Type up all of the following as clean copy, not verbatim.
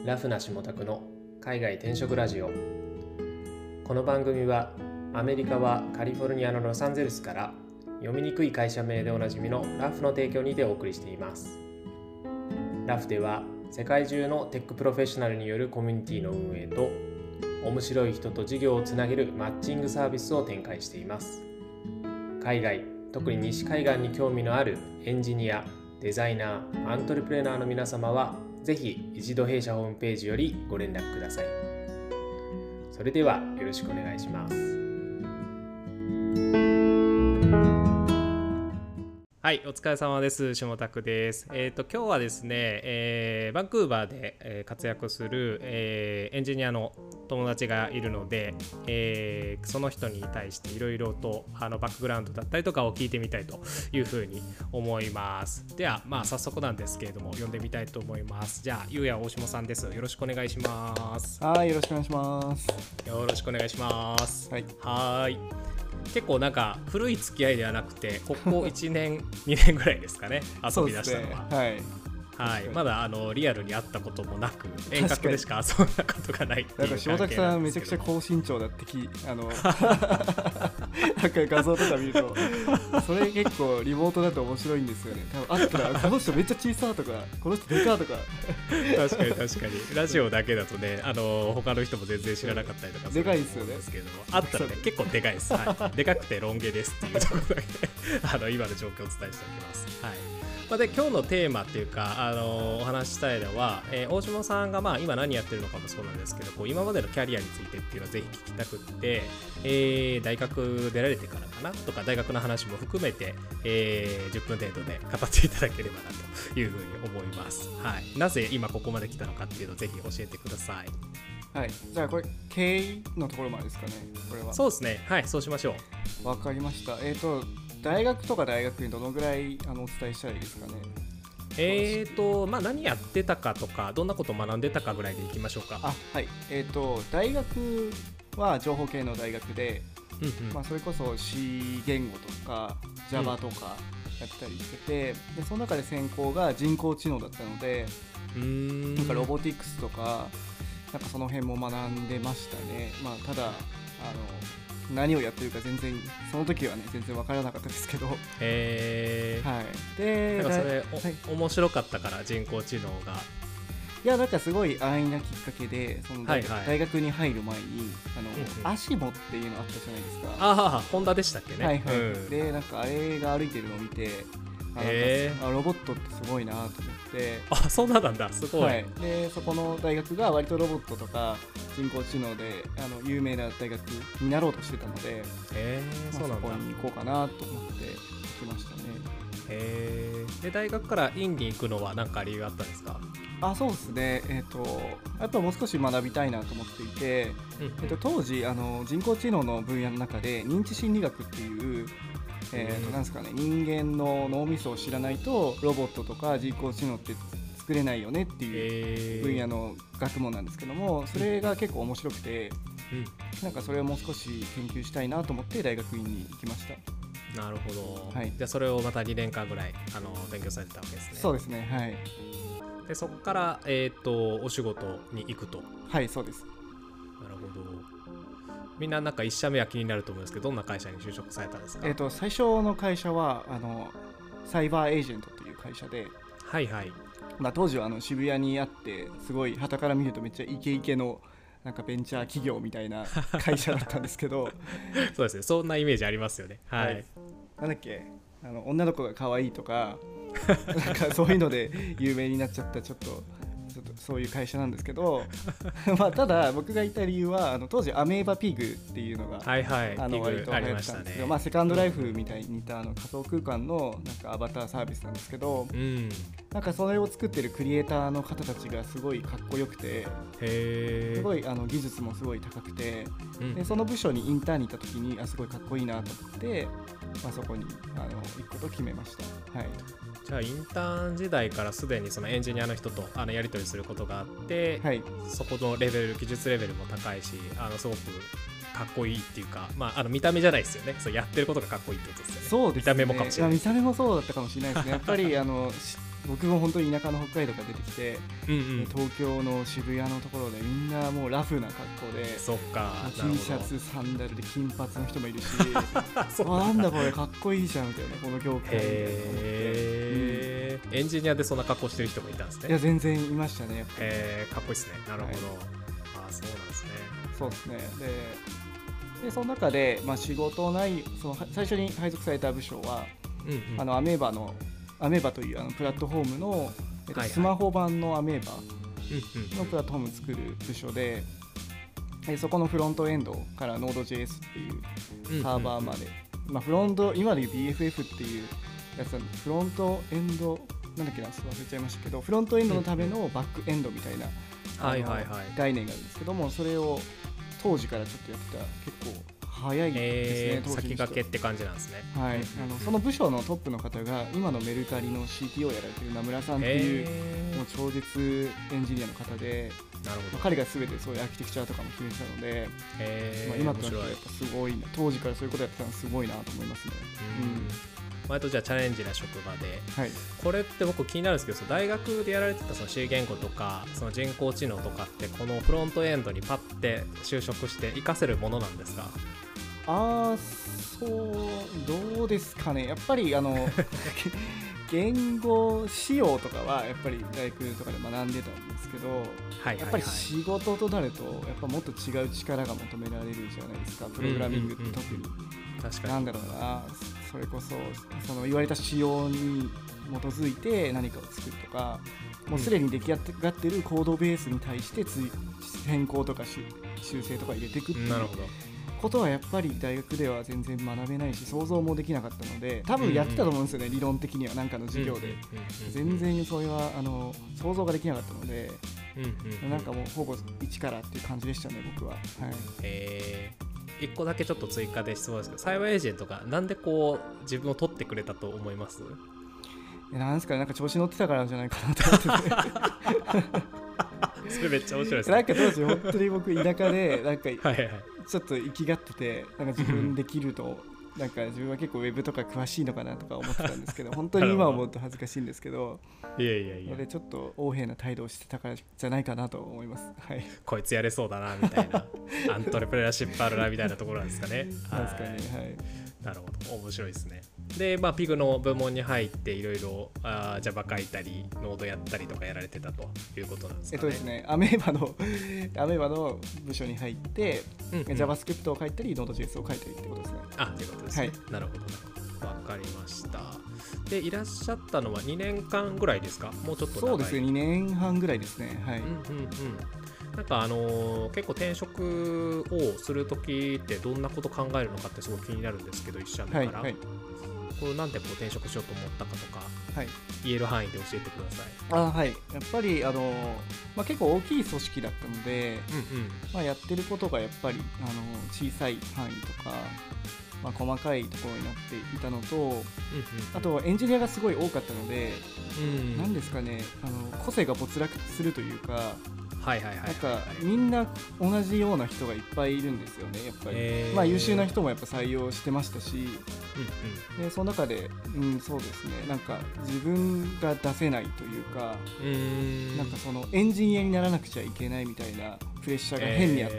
ラフな下宅の海外転職ラジオ。この番組はアメリカはカリフォルニアのロサンゼルスから読みにくい会社名でおなじみのラフの提供にてお送りしています。ラフでは世界中のテックプロフェッショナルによるコミュニティの運営と面白い人と事業をつなげるマッチングサービスを展開しています。海外、特に西海岸に興味のあるエンジニア、デザイナー、アントレプレナーの皆様はぜひ一度弊社ホームページよりご連絡ください。それではよろしくお願いします。はい、お疲れ様です。下拓です。今日はですね、バンクーバーで、活躍する、エンジニアの友達がいるので、その人に対していろいろとバックグラウンドだったりとかを聞いてみたいというふうに思います。では、早速なんですけれども、読んでみたいと思います。じゃあ、ゆうや大下さんです。よろしくお願いします。 はい、よろしくお願いします。 よろしくお願いします。 はい。 はい。結構なんか古い付き合いではなくてここ1年2年ぐらいですかね遊び出したのは、はい、まだリアルに会ったこともなく遠隔でしか遊んだことがないっていう関係なんですけど、 下拓さんめちゃくちゃ高身長だってなんか画像とか見るとそれ結構リモートだと面白いんですよね。多分あったらこの人めっちゃ小さとかこの人でかとか確かにラジオだけだとね他の人も全然知らなかったりとかでかいですよね。 ですけどもあったらね結構でかいです、はい、でかくてロン毛ですっていうところだけ今の状況をお伝えしておきます。はい。で今日のテーマっていうかお話ししたいのは、大島さんが今何やってるのかもそうなんですけど今までのキャリアについてっていうのをぜひ聞きたくって、大学出られてからかなとか大学の話も含めて、10分程度で語っていただければなというふうに思います。はい、なぜ今ここまで来たのかっていうのをぜひ教えてください。 はい、じゃあこれ経緯のところまでですかね。これはそうですね。はい、そうしましょう。わかりました。大学とか大学にどのぐらいお伝えしたらいいですかね。 何やってたかとかどんなことを学んでたかぐらいでいきましょうか。 はい。大学は情報系の大学で、それこそ C 言語とか Java とかやったりしてて、でその中で専攻が人工知能だったので、なんかロボティクスとかなんかその辺も学んでましたね。ただ何をやってるか全然その時はね全然分からなかったですけど、はい。でなんかそれ、面白かったから人工知能が。 いやなんかすごい安易なきっかけでその大学に入る前にアシモっていうのあったじゃないですか。 ホンダでしたっけね。 はいはい。でなんかあれが歩いてるのを見てロボットってすごいなと思って。 そうなんだ、すごい。 でそこの大学が割とロボットとか人工知能で有名な大学になろうとしてたので、そこに行こうかなと思って行きましたね。 で大学から院に行くのは何か理由あったんですか？ そうですね。やっぱもう少し学びたいなと思っていて、当時人工知能の分野の中で認知心理学っていうなんですかね、人間の脳みそを知らないとロボットとか人工知能って作れないよねっていう分野の学問なんですけども、それが結構面白くて、なんかそれをもう少し研究したいなと思って大学院に行きました。 なるほど、 はい。 じゃあそれをまた2年間ぐらい勉強されてたわけですね。 そうですね。はい。 でそこから、お仕事に行くと。 はい、そうです。 なるほど。みんななんか1社目は気になると思うんですけど、どんな会社に就職されたんですか？ 最初の会社はサイバーエージェントという会社で、 はいはい。 当時は渋谷にあってすごい傍から見るとめっちゃイケイケのなんかベンチャー企業みたいな会社だったんですけどそうですね、そんなイメージありますよね。はい。 なんだっけ、女の子が可愛いとかなんかそういうので有名になっちゃったちょっとそういう会社なんですけどただ僕がいた理由は当時アメーバピグっていうのが割と流行ってたんですけど、セカンドライフみたいに似た仮想空間のなんかアバターサービスなんですけど、なんかそれを作ってるクリエイターの方たちがすごいかっこよくて、すごい技術もすごい高くて、でその部署にインターンにいた時にすごいかっこいいなと思って、そこに行くことを決めました。はい。 じゃあインターン時代からすでにそのエンジニアの人とやり取りすることがあって、そこのレベル技術レベルも高いしすごくかっこいいっていうか、見た目じゃないですよね。そうやってることがかっこいいってことですよね。 そうですね。 見た目もかもしれない。 見た目もそうだったかもしれないですね。やっぱり僕も本当に田舎の北海道から出てきて、 うんうん、 東京の渋谷のところでみんなもうラフな格好で、 そっか、 T シャツサンダルで金髪の人もいるしそうなんだこれかっこいいじゃんみたいな、この業界みたいな思って、 エンジニアでそんな格好してる人もいたんですね。 いや全然いましたね。 かっこいいですね。なるほど、はい、そうなんですね。 そうですね。でその中で、仕事ない最初に配属された部署は、うんうん、アメーバというプラットフォームの、スマホ版のアメーバのプラットフォームを作る部署で、そこのフロントエンドから Node.js っていうサーバーまで、フロント今でいう BFF っていうやつはフロントエンドなんだっけな、忘れちゃいましたけど、フロントエンドのためのバックエンドみたいな、概念があるんですけども、それを当時からちょっとやってた、結構早いですね、 先駆けって感じなんですね。 はい、その部署のトップの方が今のメルカリの CTO をやられている名村さんっていう、もう超絶エンジニアの方で、 なるほど、 彼が全てそういうアーキテクチャとかも決めてたので、今となってはやっぱすごいな、当時からそういうことやってたのすごいなと思いますね。 割とじゃあチャレンジな職場で、 はい、 これって僕気になるんですけど、大学でやられてたその C 言語とかその人工知能とかってこのフロントエンドにパッて就職して活かせるものなんですか？ どうですかね。やっぱり言語仕様とかはやっぱり大学とかで学んでたんですけど、やっぱり仕事となるとやっぱもっと違う力が求められるじゃないですか。プログラミングって特に、 確かになんだろうな、それこそその言われた仕様に基づいて何かを作るとか、もうすでに出来上がってるコードベースに対して変更とか修正とか入れていくっていうことはやっぱり大学では全然学べないし、想像もできなかったので、多分やってたと思うんですよね、理論的には何かの授業で。全然それは想像ができなかったので、なんかもうほぼ一からっていう感じでしたね、僕は。 一個だけちょっと追加で質問ですけど、サイバーエージェントがなんでこう自分を取ってくれたと思います？ なんですかね、なんか調子乗ってたからじゃないかなと思ってそれめっちゃ面白いですね。 なんか当時本当に僕田舎でなんかちょっと生きがってて、なんか自分できるとなんか自分は結構ウェブとか詳しいのかなとか思ってたんですけど本当に今思うと恥ずかしいんですけどいやでちょっと横柄な態度をしてたからじゃないかなと思います、はい、 こいつやれそうだなみたいなアントレプレナーシップあるなみたいなところなんですかね。 なんですかね、はい、 なるほど、面白いですね。で、ピグの部門に入っていろいろ Java 書いたりノードやったりとかやられてたということなんですかね。 ですね、アメーバの部署に入って、JavaScript を書いたり Node.js を書いたりってことですね。 ということですね、はい、なるほど、分かりました。でいらっしゃったのは2年間ぐらいですか？もうちょっと長い？ そうですね、2年半ぐらいですね。はい。 なんか結構転職をするときってどんなこと考えるのかってすごく気になるんですけど、1社目から、これなんでこう転職しようと思ったかとか、言える範囲で教えてください。 やっぱり結構大きい組織だったので、やってることがやっぱり小さい範囲とか、細かいところになっていたのと、あとエンジニアがすごい多かったので、なんですかね、個性が没落するというか、なんかみんな同じような人がいっぱいいるんですよね、やっぱり。優秀な人もやっぱ採用してましたし、でその中で、そうですね、なんか自分が出せないというか、なんかそのエンジニアにならなくちゃいけないみたいなプレッシャーが変にあって、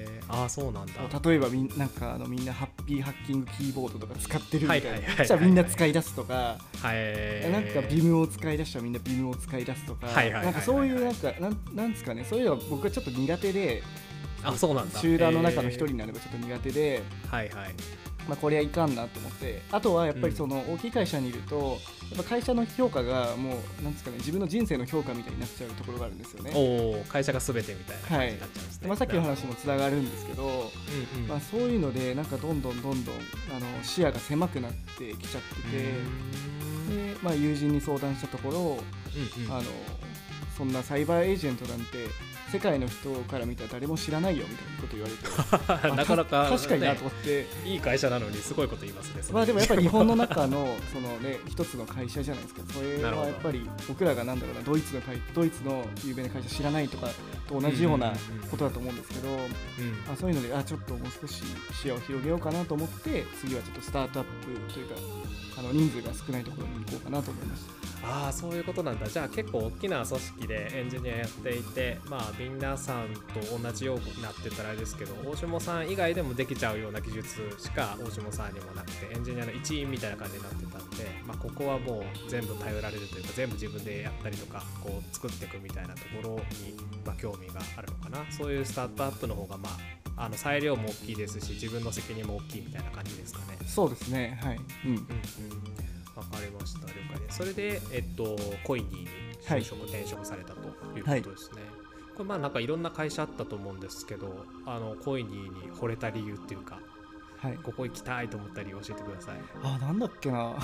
そうなんだ。 例えばみんなハッピーハッキングキーボードとか使ってるみたいな、そしたらみんな使い出すとか、なんかビムを使い出したらみんなビムを使い出すとか、なんかそういうなんですかね、そういうのは僕はちょっと苦手で、 そうなんだ、 集団の中の一人になればちょっと苦手で、これはいかんなと思って、あとはやっぱりその大きい会社にいると、やっぱ会社の評価がもうなんですかね、自分の人生の評価みたいになっちゃうところがあるんですよね。 会社が全てみたいな感じになっちゃうんですね。 さっきの話もつながるんですけど、そういうのでなんかどんどん視野が狭くなってきちゃってて、で、友人に相談したところ、そんなサイバーエージェントなんて世界の人から見たら誰も知らないよみたいなこと言われてなかなか、確かになと思って、 いい会社なのにすごいこと言いますね。 でもやっぱり日本の中のその、一つの会社じゃないですか。それはやっぱり僕らがドイツの有名な会社知らないとかと同じようなことだと思うんですけど、そういうのでちょっともう少し視野を広げようかなと思って、次はちょっとスタートアップというか人数が少ないところに行こうかなと思いました。 ああ、そういうことなんだ。じゃあ結構大きな組織でエンジニアやっていて、皆さんと同じようになってたらあれですけど、大下さん以外でもできちゃうような技術しか大下さんにもなくて、エンジニアの一員みたいな感じになってたんで、ここはもう全部頼られるというか、全部自分でやったりとかこう作っていくみたいなところに、興味があるのかな。そういうスタートアップの方が裁量も大きいですし、自分の責任も大きいみたいな感じですかね。 そうですね、はい、 わかりました、了解です。それで、コイニーに就職、転職されたということですね。これなんかいろんな会社あったと思うんですけど、コイニーに惚れた理由っていうか、ここ行きたいと思った理由教えてください。 なんだっけな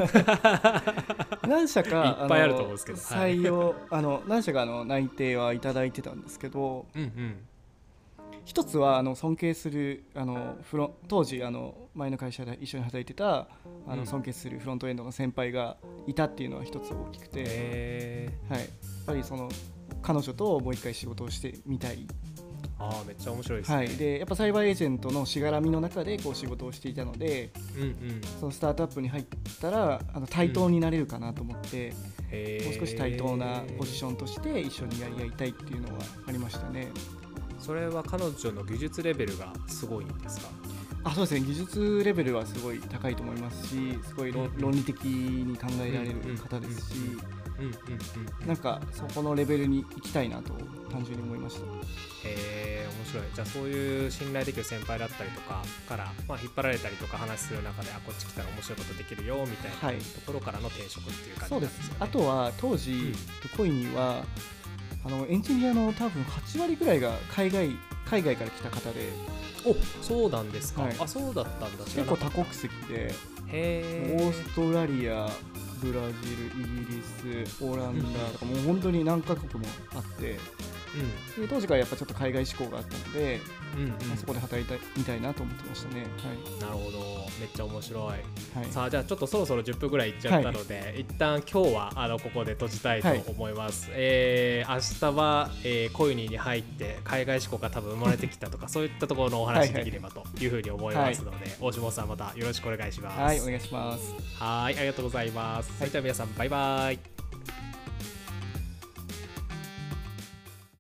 何社かいっぱいあると思うんですけど、 採用何社か内定はいただいてたんですけど、一つは尊敬する当時前の会社で一緒に働いてた尊敬するフロントエンドの先輩がいたっていうのは一つ大きくて、やっぱり彼女ともう一回仕事をしてみたい。 めっちゃ面白いですね。 でやっぱサイバーエージェントのしがらみの中でこう仕事をしていたので、そのスタートアップに入ったら対等になれるかなと思って、もう少し対等なポジションとして一緒にやりたいっていうのはありましたね。 それは彼女の技術レベルがすごいんですか？ そうですね、技術レベルはすごい高いと思いますし、すごい論理的に考えられる方ですし、なんかそこのレベルに行きたいなと単純に思いました。 面白い。じゃあそういう信頼できる先輩だったりとかから、引っ張られたりとか話する中で、こっち来たら面白いことできるよみたいなところからの転職っていう感じなんですよね。 あとは当時、コイニーはエンジニアの多分8割ぐらいが海外から来た方で。 そうなんですか。そうだったんだ。 結構多国籍で、オーストラリア、ブラジル、イギリス、オランダとかもう本当に何カ国もあって、で当時からやっぱちょっと海外志向があったので、そこで働いてみたいなと思ってましたね。 なるほど、めっちゃ面白い。さあじゃあちょっとそろそろ10分ぐらいいっちゃったので、一旦今日はここで閉じたいと思います。明日は、コイニーに入って海外志向が多分生まれてきたとかそういったところのお話できればというふうに思いますので、大下さんまたよろしくお願いします。 お願いします。 ありがとうございます。それでは皆さんバイバイ。